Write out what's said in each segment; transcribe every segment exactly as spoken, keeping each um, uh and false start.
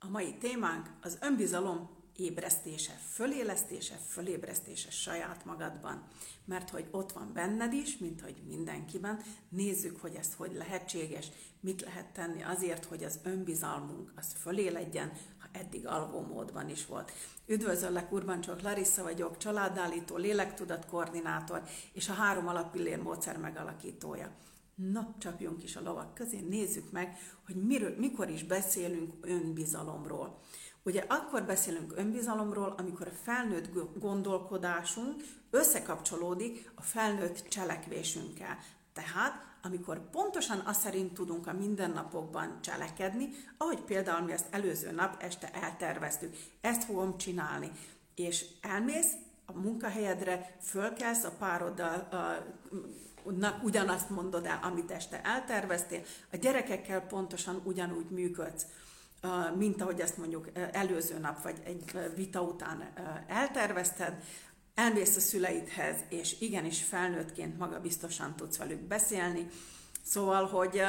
A mai témánk az önbizalom ébresztése, fölélesztése, fölébresztése saját magadban. Mert hogy ott van benned is, mint hogy mindenkiben, nézzük, hogy ez hogy lehetséges, mit lehet tenni azért, hogy az önbizalmunk az föléledjen, ha eddig alvó módban is volt. Üdvözöllek, Urbancsok Larissa vagyok, családállító, lélektudatkoordinátor és a három alappillér módszer megalakítója. Na, csapjunk is a lovak közé, nézzük meg, hogy miről, mikor is beszélünk önbizalomról. Ugye akkor beszélünk önbizalomról, amikor a felnőtt gondolkodásunk összekapcsolódik a felnőtt cselekvésünkkel. Tehát, amikor pontosan azt szerint tudunk a mindennapokban cselekedni, ahogy például mi ezt előző nap este elterveztük. Ezt fogom csinálni. És elmész a munkahelyedre, fölkelsz a pároddal, a, Na, ugyanazt mondod el, amit este elterveztél, a gyerekekkel pontosan ugyanúgy működsz, mint ahogy ezt mondjuk előző nap vagy egy vita után eltervezted, elmész a szüleidhez, és igenis felnőttként magabiztosan tudsz velük beszélni. Szóval, hogy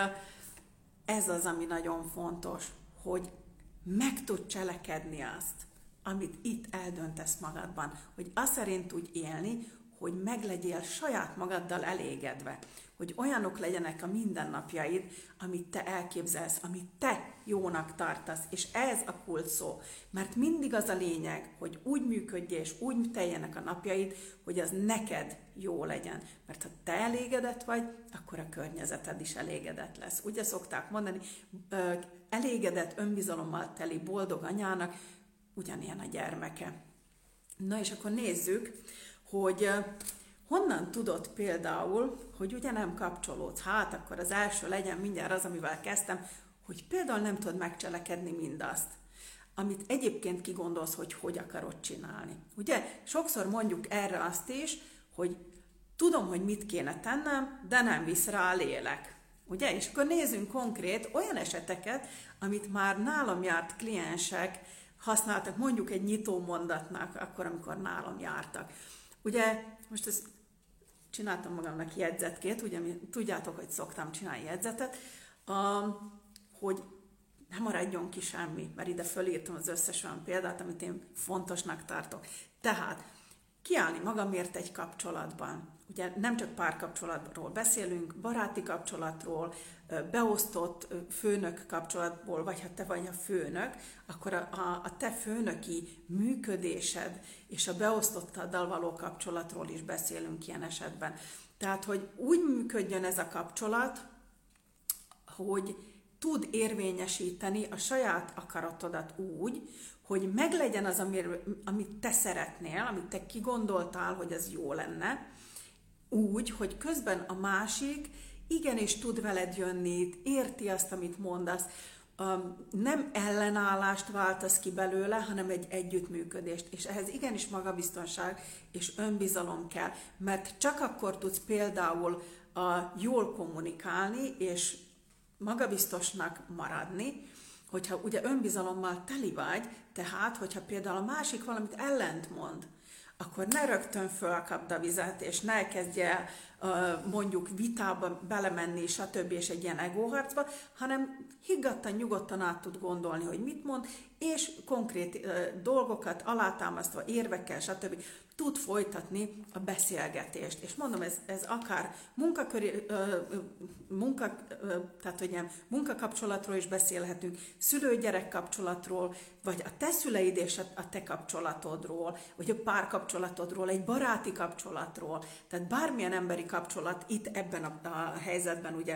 ez az, ami nagyon fontos, hogy meg tud cselekedni azt, amit itt eldöntesz magadban, hogy azt szerint tudj élni, hogy meglegyél saját magaddal elégedve, hogy olyanok legyenek a mindennapjaid, amit te elképzelsz, amit te jónak tartasz, és ez a kulcs szó, mert mindig az a lényeg, hogy úgy működj és úgy teljenek a napjaid, hogy az neked jó legyen, mert ha te elégedett vagy, akkor a környezeted is elégedett lesz. Ugye szokták mondani, elégedett, önbizalommal teli boldog anyának ugyanilyen a gyermeke. Na és akkor nézzük, hogy honnan tudod például, hogy ugye nem kapcsolódsz. Hát akkor az első legyen mindjárt az, amivel kezdtem, hogy például nem tudod megcselekedni mindazt, amit egyébként kigondolsz, hogy hogy akarod csinálni. Ugye sokszor mondjuk erre azt is, hogy tudom, hogy mit kéne tennem, de nem visz rá a lélek. Ugye? És akkor nézzünk konkrét olyan eseteket, amit már nálam járt kliensek használtak, mondjuk egy nyitó mondatnak, akkor, amikor nálam jártak. Ugye, most ezt csináltam magamnak jegyzetkét, ugye tudjátok, hogy szoktam csinálni jegyzetet, hogy ne maradjon ki semmi, mert ide fölírtam az összes olyan példát, amit én fontosnak tartok. Tehát kiállni magamért egy kapcsolatban. Ugye nem csak párkapcsolatról beszélünk, baráti kapcsolatról, beosztott főnök kapcsolatból, vagy ha te vagy a főnök, akkor a, a, a te főnöki működésed és a beosztottaddal való kapcsolatról is beszélünk ilyen esetben. Tehát, hogy úgy működjön ez a kapcsolat, hogy tud érvényesíteni a saját akaratodat úgy, hogy meglegyen az, amit te szeretnél, amit te kigondoltál, hogy ez jó lenne, úgy, hogy közben a másik igenis tud veled jönni, érti azt, amit mondasz, nem ellenállást váltasz ki belőle, hanem egy együttműködést. És ehhez igenis magabiztonság és önbizalom kell, mert csak akkor tudsz például jól kommunikálni, és magabiztosnak maradni, hogyha ugye önbizalommal teli vagy, tehát, hogyha például a másik valamit ellent mond, akkor ne rögtön fölkapd a vizet, és ne kezdj el mondjuk vitába belemenni, stb. És egy ilyen egóharcba, hanem higgadtan, nyugodtan át tud gondolni, hogy mit mond, és konkrét dolgokat alátámasztva, érvekkel, stb. Tud folytatni a beszélgetést. És mondom, ez, ez akár munkaköri, munka, tehát, hogy ilyen munkakapcsolatról is beszélhetünk, szülő-gyerek kapcsolatról, vagy a te szüleid és a te kapcsolatodról, vagy a párkapcsolatodról, egy baráti kapcsolatról, tehát bármilyen emberi kapcsolat itt ebben a, a helyzetben ugye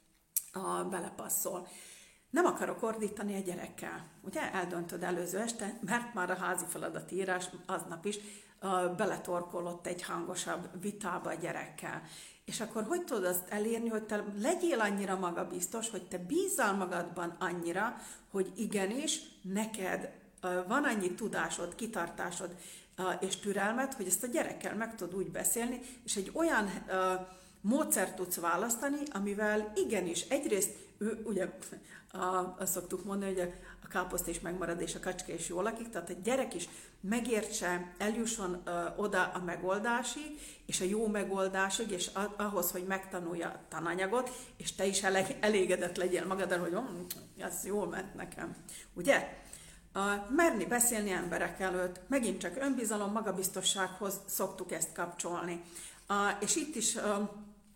a, belepasszol. Nem akarok ordítani a gyerekkel. Ugye eldöntöd előző este, mert már a házi feladatírás aznap is uh, beletorkolott egy hangosabb vitába a gyerekkel. És akkor hogy tudod azt elérni, hogy te legyél annyira magabiztos, hogy te bízzál magadban annyira, hogy igenis neked uh, van annyi tudásod, kitartásod uh, és türelmed, hogy ezt a gyerekkel meg tudod úgy beszélni, és egy olyan uh, módszert tudsz választani, amivel igenis egyrészt ő, ugye a, azt szoktuk mondani, hogy a káposzta is megmarad, és a kacska is jól lakik, tehát a gyerek is megértse, eljusson ö, oda a megoldásig, és a jó megoldásig, és a, ahhoz, hogy megtanulja a tananyagot, és te is eleg, elégedett legyél magaddal, hogy oh, ez jól ment nekem. Ugye? A merni beszélni emberek előtt, megint csak önbizalom, magabiztossághoz szoktuk ezt kapcsolni. A, és itt is a,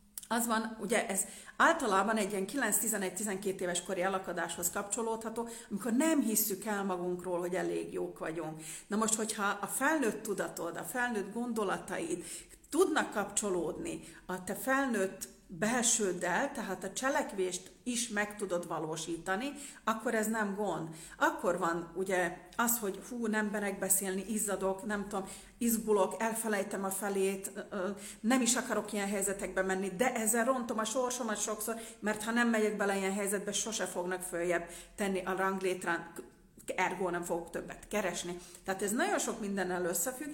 az van, ugye ez általában egy ilyen kilenc-tizenegy-tizenkét éves kori elakadáshoz kapcsolódható, amikor nem hisszük el magunkról, hogy elég jók vagyunk. Na most, hogyha a felnőtt tudatod, a felnőtt gondolataid tudnak kapcsolódni a te felnőtt belsőddel, tehát a cselekvést is meg tudod valósítani, akkor ez nem gond. Akkor van ugye az, hogy hú, nem merek beszélni, izzadok, nem tudom, izgulok, elfelejtem a felét, nem is akarok ilyen helyzetekbe menni, de ezzel rontom a sorsomat sokszor, mert ha nem megyek bele ilyen helyzetbe, sose fognak följebb tenni a ranglétrán, ergo nem fogok többet keresni. Tehát ez nagyon sok mindennel összefügg,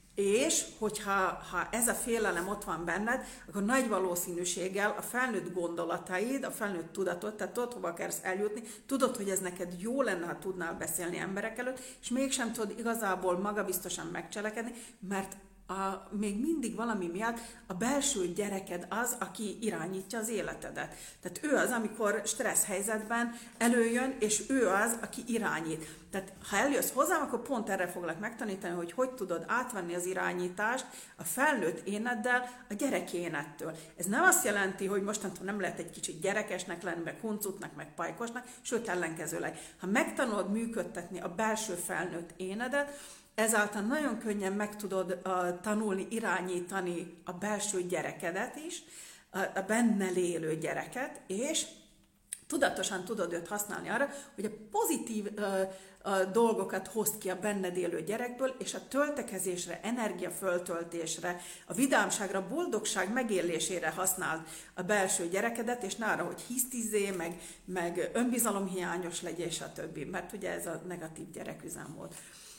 és hogyha ha ez a félelem ott van benned, akkor nagy valószínűséggel a felnőtt gondolataid, a felnőtt tudatod, tehát tudod, hova akarsz eljutni, tudod, hogy ez neked jó lenne, ha tudnál beszélni emberek előtt, és mégsem tudod igazából magabiztosan megcselekedni, mert a, még mindig valami miatt a belső gyereked az, aki irányítja az életedet. Tehát ő az, amikor stressz helyzetben előjön, és ő az, aki irányít. Tehát ha eljössz hozzám, akkor pont erre foglak megtanítani, hogy hogy tudod átvenni az irányítást a felnőtt éneddel a gyerekénettől. Ez nem azt jelenti, hogy mostantól nem lehet egy kicsit gyerekesnek lenni, meg huncutnak, meg pajkosnak, sőt ellenkezőleg. Ha megtanulod működtetni a belső felnőtt énedet, ezáltal nagyon könnyen meg tudod uh, tanulni, irányítani a belső gyerekedet is, a, a benne lélő gyereket, és tudatosan tudod őt használni arra, hogy a pozitív uh, uh, dolgokat hozd ki a benned élő gyerekből, és a töltekezésre, energiaföltöltésre, a vidámságra, a boldogság megélésére használd a belső gyerekedet, és ne arra, hogy hisztizzé, meg, meg önbizalomhiányos legyél, stb. Mert ugye ez a negatív gyereküzemmód.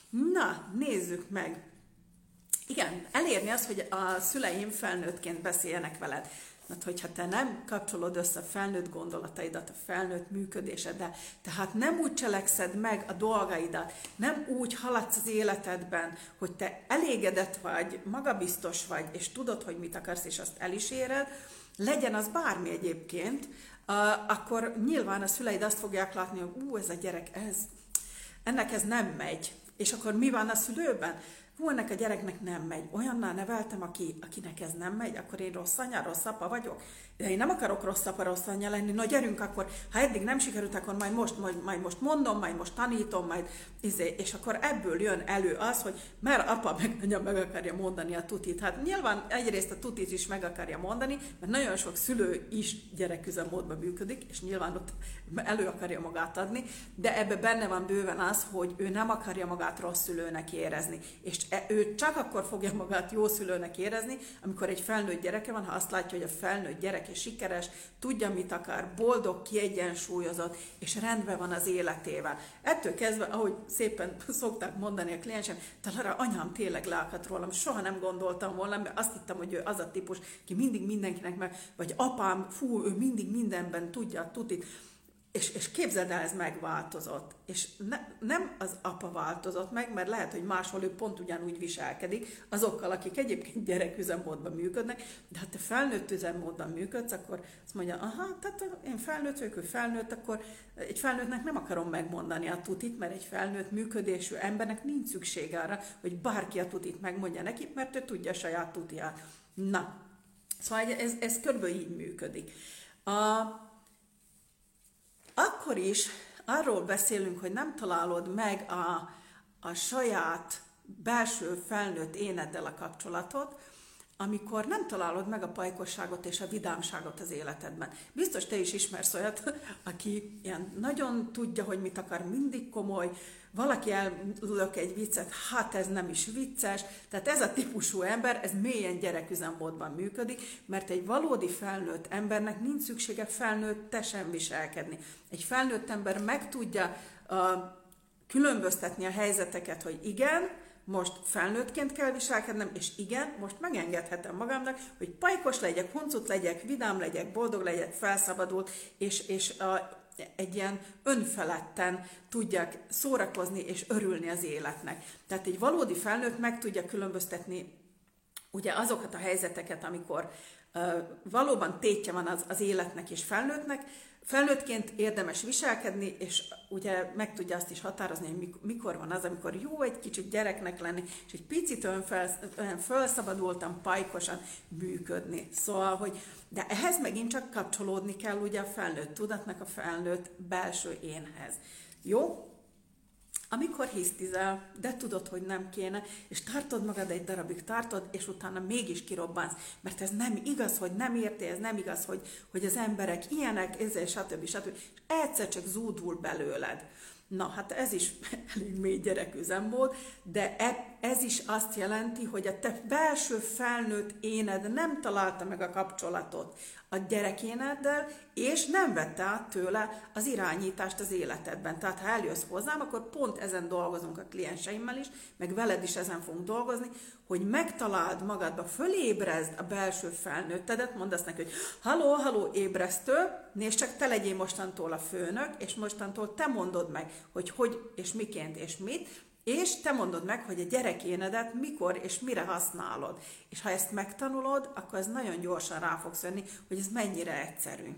Na, nézzük meg. Igen, elérni azt, hogy a szüleim felnőttként beszéljenek veled. Mert hogyha te nem kapcsolod össze a felnőtt gondolataidat, a felnőtt működéseddel, tehát nem úgy cselekszed meg a dolgaidat, nem úgy haladsz az életedben, hogy te elégedett vagy, magabiztos vagy, és tudod, hogy mit akarsz, és azt el is éred, legyen az bármi egyébként, akkor nyilván a szüleid azt fogják látni, hogy ú, ez a gyerek, ez, ennek ez nem megy. És akkor mi van a szülőben? Hú, ennek a gyereknek nem megy. Olyannál neveltem, aki, akinek ez nem megy, akkor én rossz anya, rossz apa vagyok. De én nem akarok rossz apa, rossz anya lenni. No, gyerünk akkor, ha eddig nem sikerült, akkor majd most, majd, majd most mondom, majd most tanítom, majd izé. És akkor ebből jön elő az, hogy mert apa meg anya meg akarja mondani a tutit. Hát nyilván egyrészt a tutit is meg akarja mondani, mert nagyon sok szülő is gyereküzemmódban működik, és nyilván ott elő akarja magát adni, de ebbe benne van bőven az, hogy ő nem akarja magát rossz szülőnek érezni. És ő csak akkor fogja magát jó szülőnek érezni, amikor egy felnőtt gyereke van, ha azt látja, hogy a felnőtt gyerek és sikeres, tudja, mit akar, boldog, kiegyensúlyozott, és rendben van az életével. Ettől kezdve, ahogy szépen szokták mondani a kliensem, talán anyám tényleg leakadt rólam, soha nem gondoltam volna, mert azt hittem, hogy ő az a típus, ki mindig mindenkinek meg, vagy apám, fú, ő mindig mindenben tudja, tudit. És, és képzeld el, ez megváltozott. És ne, nem az apa változott meg, mert lehet, hogy máshol ő pont ugyanúgy viselkedik azokkal, akik egyébként gyereküzemmódban működnek, de ha te felnőtt üzemmódban működsz, akkor azt mondja, aha, tehát én felnőtt vagyok, ő felnőtt, akkor egy felnőttnek nem akarom megmondani a tutit, mert egy felnőtt működésű embernek nincs szükség arra, hogy bárki a tutit megmondja neki, mert ő tudja a saját tutiját. Na, szóval ez, ez körülbelül így működik. A Akkor is arról beszélünk, hogy nem találod meg a, a saját belső felnőtt éneddel a kapcsolatot, amikor nem találod meg a pajkosságot és a vidámságot az életedben. Biztos te is ismersz olyat, aki ilyen nagyon tudja, hogy mit akar, mindig komoly, valaki ellök egy viccet, hát ez nem is vicces, tehát ez a típusú ember, ez mélyen gyereküzemmódban működik, mert egy valódi felnőtt embernek nincs szüksége felnőttesen viselkedni. Egy felnőtt ember meg tudja uh, különböztetni a helyzeteket, hogy igen, most felnőttként kell viselkednem, és igen, most megengedhetem magamnak, hogy pajkos legyek, huncut legyek, vidám legyek, boldog legyek, felszabadult, és, és a, egy ilyen önfeledten tudjak szórakozni és örülni az életnek. Tehát egy valódi felnőtt meg tudja különböztetni ugye azokat a helyzeteket, amikor uh, valóban tétje van az, az életnek és felnőttnek, felnőttként érdemes viselkedni, és ugye meg tudja azt is határozni, hogy mikor van az, amikor jó egy kicsit gyereknek lenni, és egy picit olyan, fel, olyan felszabadultan, pajkosan működni. Szóval, hogy de ehhez megint csak kapcsolódni kell ugye a felnőtt tudatnak, a felnőtt belső énhez. Jó? Amikor hisztizel, de tudod, hogy nem kéne, és tartod magad egy darabig, tartod, és utána mégis kirobbansz, mert ez nem igaz, hogy nem érti, ez nem igaz, hogy, hogy az emberek ilyenek, ezzel, stb. stb. És egyszer csak zúdul belőled. Na, hát ez is elég mély gyereküzemmód, de ez is azt jelenti, hogy a te belső felnőtt éned nem találta meg a kapcsolatot a gyerekéneddel, és nem vette át tőle az irányítást az életedben. Tehát ha eljössz hozzám, akkor pont ezen dolgozunk a klienseimmel is, meg veled is ezen fogunk dolgozni, hogy megtaláld magadba, fölébresd a belső felnőttedet, mondd azt neki, hogy haló, haló, ébresztő, nézd csak, te legyél mostantól a főnök, és mostantól te mondod meg, hogy hogy és miként és mit, és te mondod meg, hogy a gyerekénedet mikor és mire használod. És ha ezt megtanulod, akkor ez nagyon gyorsan rá fogsz jönni, hogy ez mennyire egyszerű.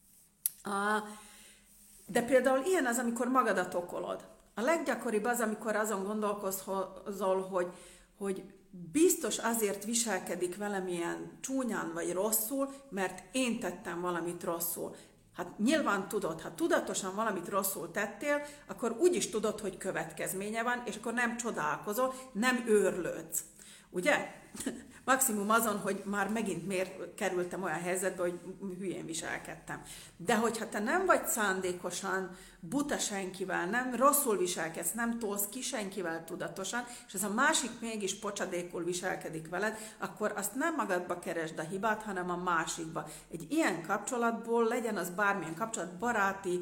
De például ilyen az, amikor magadat okolod. A leggyakoribb az, amikor azon gondolkozol, hogy, hogy biztos azért viselkedik velem ilyen csúnyán vagy rosszul, mert én tettem valamit rosszul. Hát nyilván tudod, ha tudatosan valamit rosszul tettél, akkor úgy is tudod, hogy következménye van, és akkor nem csodálkozol, nem őrlődsz. Ugye? Maximum azon, hogy már megint miért kerültem olyan helyzetbe, hogy hülyén viselkedtem. De hogyha te nem vagy szándékosan buta senkivel, nem rosszul viselkedsz, nem tolsz ki senkivel tudatosan, és ez a másik mégis pocsadékul viselkedik veled, akkor azt nem magadba keresd a hibát, hanem a másikba. Egy ilyen kapcsolatból, legyen az bármilyen kapcsolat, baráti,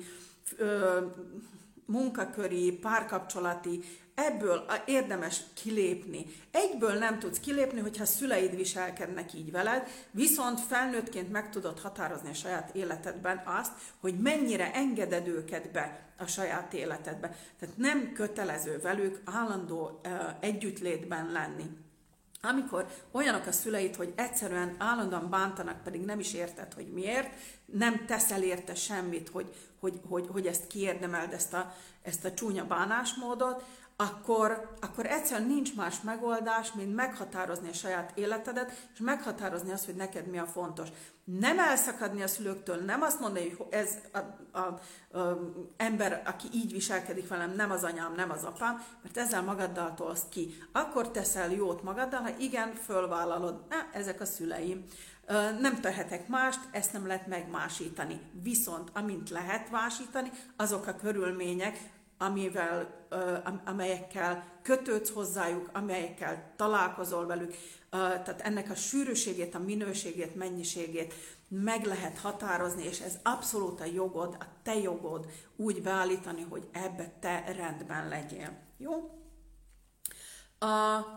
ö, munkaköri, párkapcsolati, ebből érdemes kilépni. Egyből nem tudsz kilépni, hogyha szüleid viselkednek így veled, viszont felnőttként meg tudod határozni a saját életedben azt, hogy mennyire engeded őket be a saját életedbe. Tehát nem kötelező velük állandó uh, együttlétben lenni. Amikor olyanok a szüleid, hogy egyszerűen állandóan bántanak, pedig nem is érted, hogy miért, nem teszel érte semmit, hogy, hogy, hogy, hogy ezt kiérdemeld, ezt a, ezt a csúnya bánásmódot, Akkor, akkor egyszerűen nincs más megoldás, mint meghatározni a saját életedet, és meghatározni azt, hogy neked mi a fontos. Nem elszakadni a szülőktől, nem azt mondani, hogy ez az ember, aki így viselkedik velem, nem az anyám, nem az apám, mert ezzel magaddal tolsz ki. Akkor teszel jót magaddal, ha igen, fölvállalod, na, ezek a szüleim. Nem tehetek mást, ezt nem lehet megmásítani. Viszont amint lehet másítani, azok a körülmények, amivel, amelyekkel kötődsz hozzájuk, amelyekkel találkozol velük, tehát ennek a sűrűségét, a minőségét, mennyiségét meg lehet határozni, és ez abszolút a jogod, a te jogod úgy beállítani, hogy ebbe te rendben legyél. Jó? A,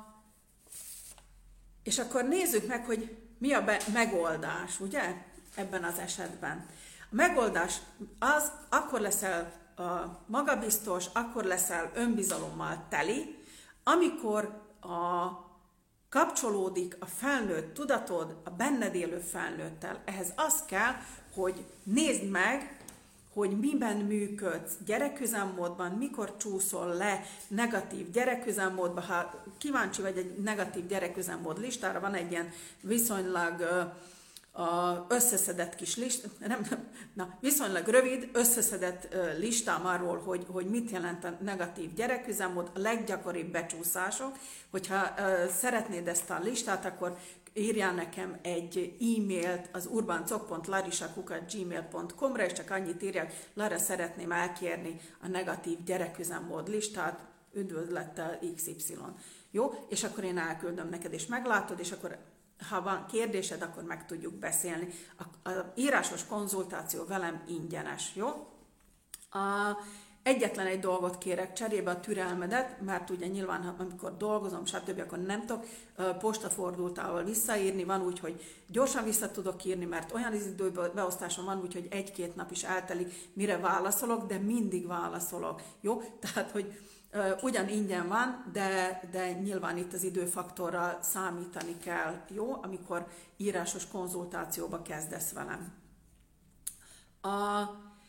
és akkor nézzük meg, hogy mi a be, megoldás, ugye? Ebben az esetben. A megoldás az, akkor leszel a magabiztos, akkor leszel önbizalommal teli, amikor a kapcsolódik a felnőtt tudatod a benned élő felnőttel. Ehhez az kell, hogy nézd meg, hogy miben működsz gyereküzemmódban, mikor csúszol le negatív gyereküzemmódba. Ha kíváncsi vagy egy negatív gyereküzemmód listára, van egy ilyen viszonylag a összeszedett kis list, nem, na, viszonylag rövid, összeszedett listám arról, hogy, hogy mit jelent a negatív gyereküzemmód, a leggyakoribb becsúszások. Hogyha uh, szeretnéd ezt a listát, akkor írjál nekem egy e-mailt az urbancok pont larisa kukac gmail pont com-ra, és csak annyit írjál, hogy Lara, szeretném elkérni a negatív gyereküzemmód listát, üdvözlettel iksz ipszilon. Jó? És akkor én elküldöm neked, és meglátod, és akkor ha van kérdésed, akkor meg tudjuk beszélni. A, a írásos konzultáció velem ingyenes, jó? A, egyetlen egy dolgot kérek cserébe, a türelmedet, mert ugye nyilván, amikor dolgozom, stb., akkor nem tudok postafordultával visszaírni, van úgy, hogy gyorsan vissza tudok írni, mert olyan időbeosztáson van úgy, hogy egy-két nap is eltelik, mire válaszolok, de mindig válaszolok, jó? Tehát, hogy Uh, ugyan ingyen van, de, de nyilván itt az időfaktorral számítani kell, jó, amikor írásos konzultációba kezdesz velem. A,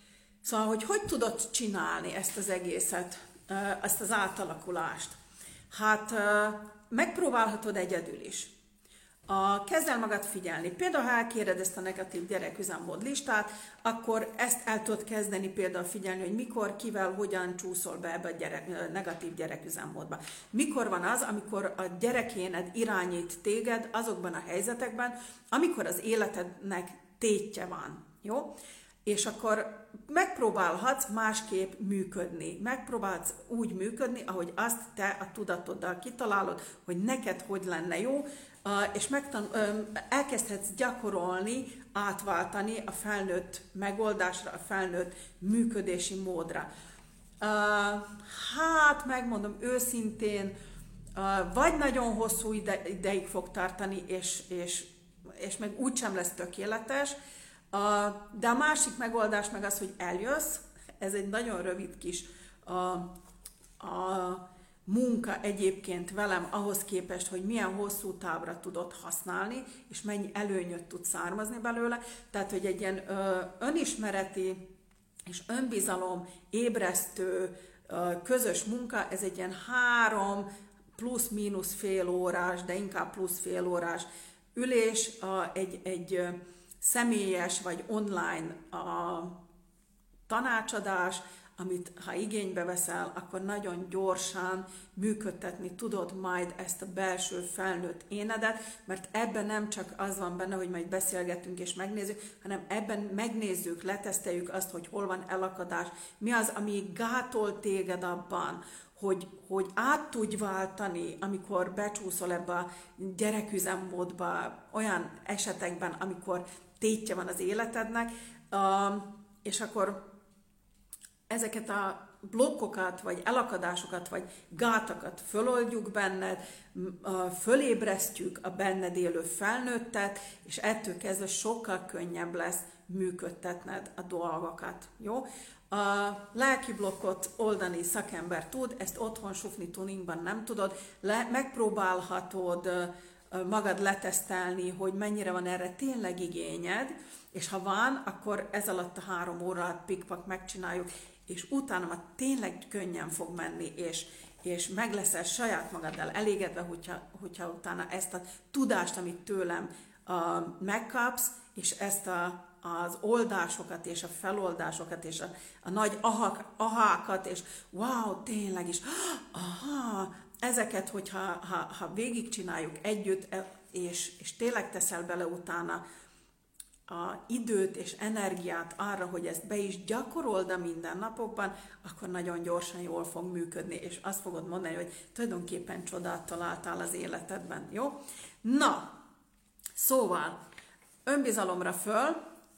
Szóval, hogy hogy tudod csinálni ezt az egészet, ezt az átalakulást? Hát megpróbálhatod egyedül is. A, kezd el magad figyelni. Például, ha elkéred ezt a negatív gyereküzemmód listát, akkor ezt el tudod kezdeni például figyelni, hogy mikor, kivel, hogyan csúszol be ebbe a gyerek, negatív gyereküzemmódba. Mikor van az, amikor a gyerekéned irányít téged azokban a helyzetekben, amikor az életednek tétje van. Jó? És akkor megpróbálhatsz másképp működni. Megpróbálsz úgy működni, ahogy azt te a tudatoddal kitalálod, hogy neked hogy lenne jó, és megtan- elkezdhetsz gyakorolni, átváltani a felnőtt megoldásra, a felnőtt működési módra. Hát, megmondom őszintén, vagy nagyon hosszú ide- ideig fog tartani, és, és, és meg úgysem lesz tökéletes, de a másik megoldás meg az, hogy eljössz, ez egy nagyon rövid kis a, a munka egyébként velem ahhoz képest, hogy milyen hosszú távra tudod használni, és mennyi előnyöt tud származni belőle. Tehát, hogy egy ilyen ö, önismereti és önbizalom ébresztő ö, közös munka, ez egy ilyen három plusz-mínusz fél órás, de inkább plusz fél órás ülés, a, egy, egy ö, személyes vagy online a tanácsadás, amit ha igénybe veszel, akkor nagyon gyorsan működtetni tudod majd ezt a belső felnőtt énedet, mert ebben nem csak az van benne, hogy majd beszélgetünk és megnézzük, hanem ebben megnézzük, leteszteljük azt, hogy hol van elakadás, mi az, ami gátol téged abban, hogy, hogy át tudj váltani, amikor becsúszol ebbe a gyereküzemmódba, olyan esetekben, amikor tétje van az életednek, és akkor ezeket a blokkokat, vagy elakadásokat, vagy gátakat föloldjuk benned, fölébresztjük a benned élő felnőttet, és ettől kezdve sokkal könnyebb lesz működtetned a dolgokat. Jó? A lelki blokkot oldani szakember tud, ezt otthon sufni tuningban nem tudod, Le, megpróbálhatod magad letesztelni, hogy mennyire van erre tényleg igényed, és ha van, akkor ez alatt a három óra alatt pikpak megcsináljuk, és utána már tényleg könnyen fog menni, és, és meg leszel saját magaddal elégedve, hogyha, hogyha utána ezt a tudást, amit tőlem uh, megkapsz, és ezt a, az oldásokat, és a feloldásokat, és a, a nagy ahak, ahákat, és wow, tényleg is, aha, ezeket, hogyha ha, ha végigcsináljuk együtt, és, és tényleg teszel bele utána a időt és energiát arra, hogy ezt be is gyakorold a mindennapokban, akkor nagyon gyorsan jól fog működni, és azt fogod mondani, hogy tulajdonképpen csodát találtál az életedben, jó? Na, szóval, önbizalomra föl,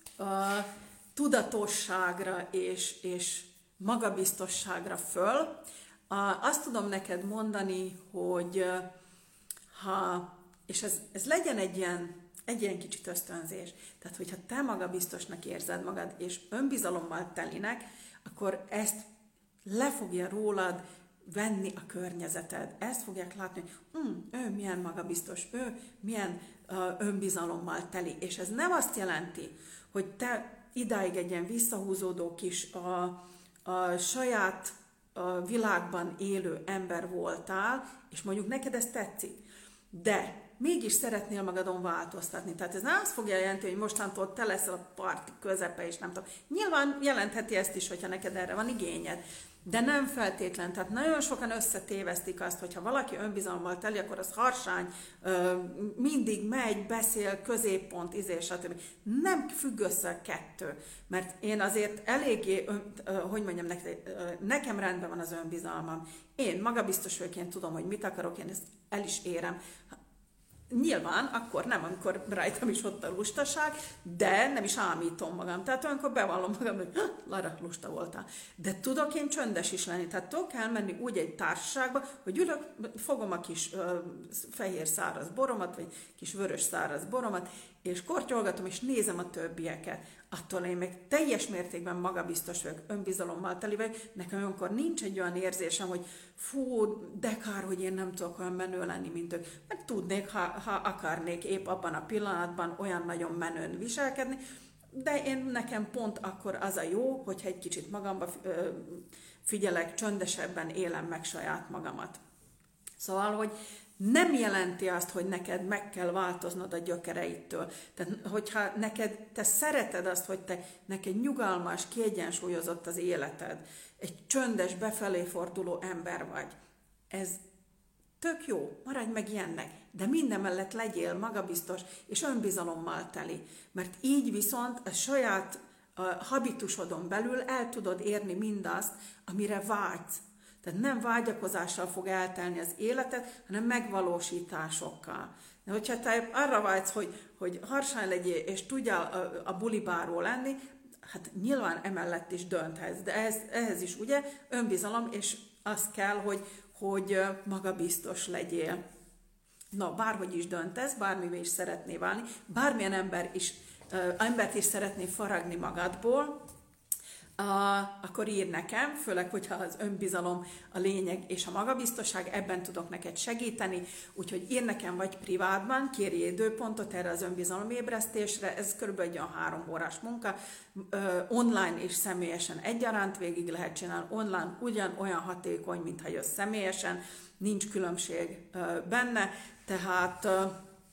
tudatosságra és, és magabiztosságra föl. Azt tudom neked mondani, hogy ha, és ez, ez legyen egy ilyen Egy ilyen kicsit ösztönzés. Tehát, hogyha te magabiztosnak érzed magad, és önbizalommal telinek, akkor ezt le fogja rólad venni a környezeted. Ezt fogják látni, hogy hm, ő milyen magabiztos, ő milyen uh, önbizalommal teli. És ez nem azt jelenti, hogy te idáig egy ilyen visszahúzódó kis a, a saját a világban élő ember voltál, és mondjuk neked ez tetszik. De mégis szeretnél magadon változtatni. Tehát ez nem azt fogja jelenteni, hogy mostantól te leszel a parti közepe, és nem tudom. Nyilván jelentheti ezt is, hogyha neked erre van igényed, de nem feltétlen. Tehát nagyon sokan összetévesztik azt, hogyha valaki önbizalommal teli, akkor az harsány, mindig megy, beszél, középpont, izé, stb. Nem függ össze a kettő. Mert én azért eléggé, hogy mondjam, nekem rendben van az önbizalmam. Én magabiztos vagyok, én tudom, hogy mit akarok, én ezt el is érem. Nyilván, akkor nem, amikor rajtam is ott a lustaság, de nem is ámítom magam. Tehát olyankor bevallom magam, hogy Lara, lusta voltál. De tudok én csöndes is lenni. Tehát tudok elmenni úgy egy társaságba, hogy ülök, fogom a kis uh, fehér száraz boromat, vagy kis vörös száraz boromat, és kortyolgatom, és nézem a többieket. Attól én meg teljes mértékben magabiztos vagyok, önbizalommal teli vagyok. Nekem olyankor nincs egy olyan érzésem, hogy fú, de kár, hogy én nem tudok olyan menő lenni, mint ők. Mert tudnék, ha, ha akarnék épp abban a pillanatban olyan nagyon menőn viselkedni. de én nekem pont akkor az a jó, hogyha egy kicsit magamba figyelek, csöndesebben élem meg saját magamat. Szóval, hogy nem jelenti azt, hogy neked meg kell változnod a gyökereidtől. Tehát, hogyha neked, te szereted azt, hogy te neked nyugalmas, kiegyensúlyozott az életed, egy csöndes, befelé forduló ember vagy, ez tök jó, maradj meg ilyennek, de mindemellett legyél magabiztos és önbizalommal teli, mert így viszont a saját a habitusodon belül el tudod érni mindazt, amire vágysz. Tehát nem vágyakozással fog eltelni az életed, hanem megvalósításokkal. De hogyha te arra vágysz, hogy, hogy harsány legyél, és tudjál a, a bulibáról lenni, hát nyilván emellett is dönthetsz. De ehhez, ehhez is ugye önbizalom, és az kell, hogy, hogy magabiztos legyél. Na, bárhogy is döntesz, bármivel is szeretnél válni, bármilyen ember is, uh, embert is szeretnél faragni magadból, Uh, akkor ír nekem, főleg, hogyha az önbizalom a lényeg és a magabiztosság, ebben tudok neked segíteni, úgyhogy ír nekem vagy privátban, kérj időpontot erre az önbizalomébresztésre, ez körülbelül egy olyan három órás munka, uh, online és személyesen egyaránt végig lehet csinálni, online ugyanolyan hatékony, mintha jössz személyesen, nincs különbség uh, benne, tehát uh,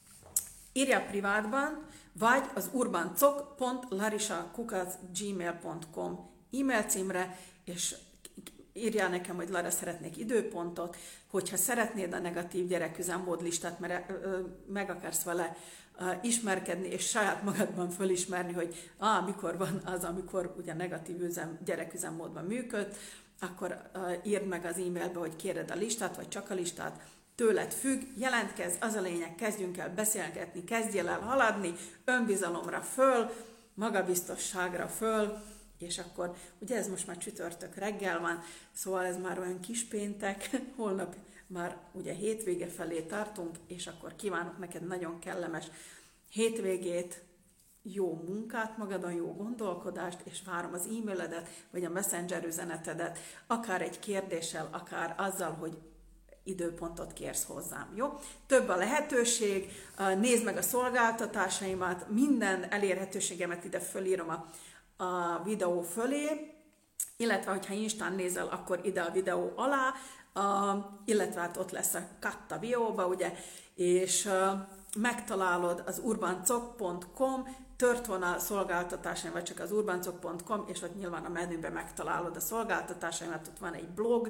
írjál privátban, vagy az urbancok pont larisa kukac gmail pont com e-mail címre, és írjál nekem, hogy Lara, szeretnék időpontot, hogyha szeretnéd a negatív gyereküzemmód listát, mert ö, meg akarsz vele ö, ismerkedni, és saját magadban fölismerni, hogy ah, mikor van az, amikor ugye negatív üzem, gyereküzemmódban működ, akkor ö, írd meg az e-mailbe, hogy kéred a listát, vagy csak a listát, tőled függ, jelentkezz, az a lényeg, kezdjünk el beszélgetni, kezdjél el haladni, önbizalomra föl, magabiztosságra föl, és akkor, ugye ez most már csütörtök reggel van, szóval ez már olyan kispéntek, holnap már ugye hétvége felé tartunk, és akkor kívánok neked nagyon kellemes hétvégét, jó munkát magadon, jó gondolkodást, és várom az e-mailedet, vagy a messenger üzenetedet, akár egy kérdéssel, akár azzal, hogy időpontot kérsz hozzám, jó? Több a lehetőség, nézd meg a szolgáltatásaimat, minden elérhetőségemet ide fölírom a, a videó fölé, illetve, hogyha Instán nézel, akkor ide a videó alá, a, illetve hát ott lesz a katta videóba, ugye, és a, megtalálod az urbancok pont com tört vonal szolgáltatásaim, vagy csak az urbancok pont com, és ott nyilván a menüben megtalálod a szolgáltatásaimat, ott van egy blog,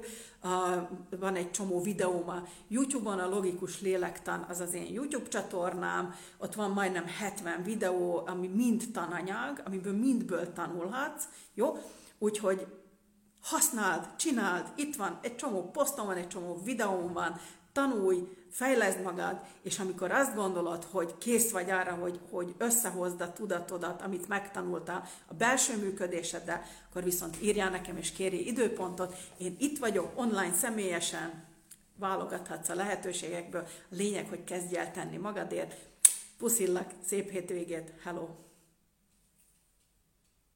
van egy csomó videóm a YouTube-on, a Logikus Lélektan, az az én YouTube csatornám, ott van majdnem hetven videó, ami mind tananyag, amiből mindből tanulhatsz, jó? Úgyhogy használd, csináld, itt van, egy csomó posztom van, egy csomó videóm van, tanulj, fejleszd magad, és amikor azt gondolod, hogy kész vagy arra, hogy, hogy összehozd a tudatodat, amit megtanultál a belső működéseddel, akkor viszont írjál nekem és kérj időpontot. Én itt vagyok, online, személyesen, válogathatsz a lehetőségekből. A lényeg, hogy kezdj el tenni magadért. Puszillak, szép hétvégét, hello!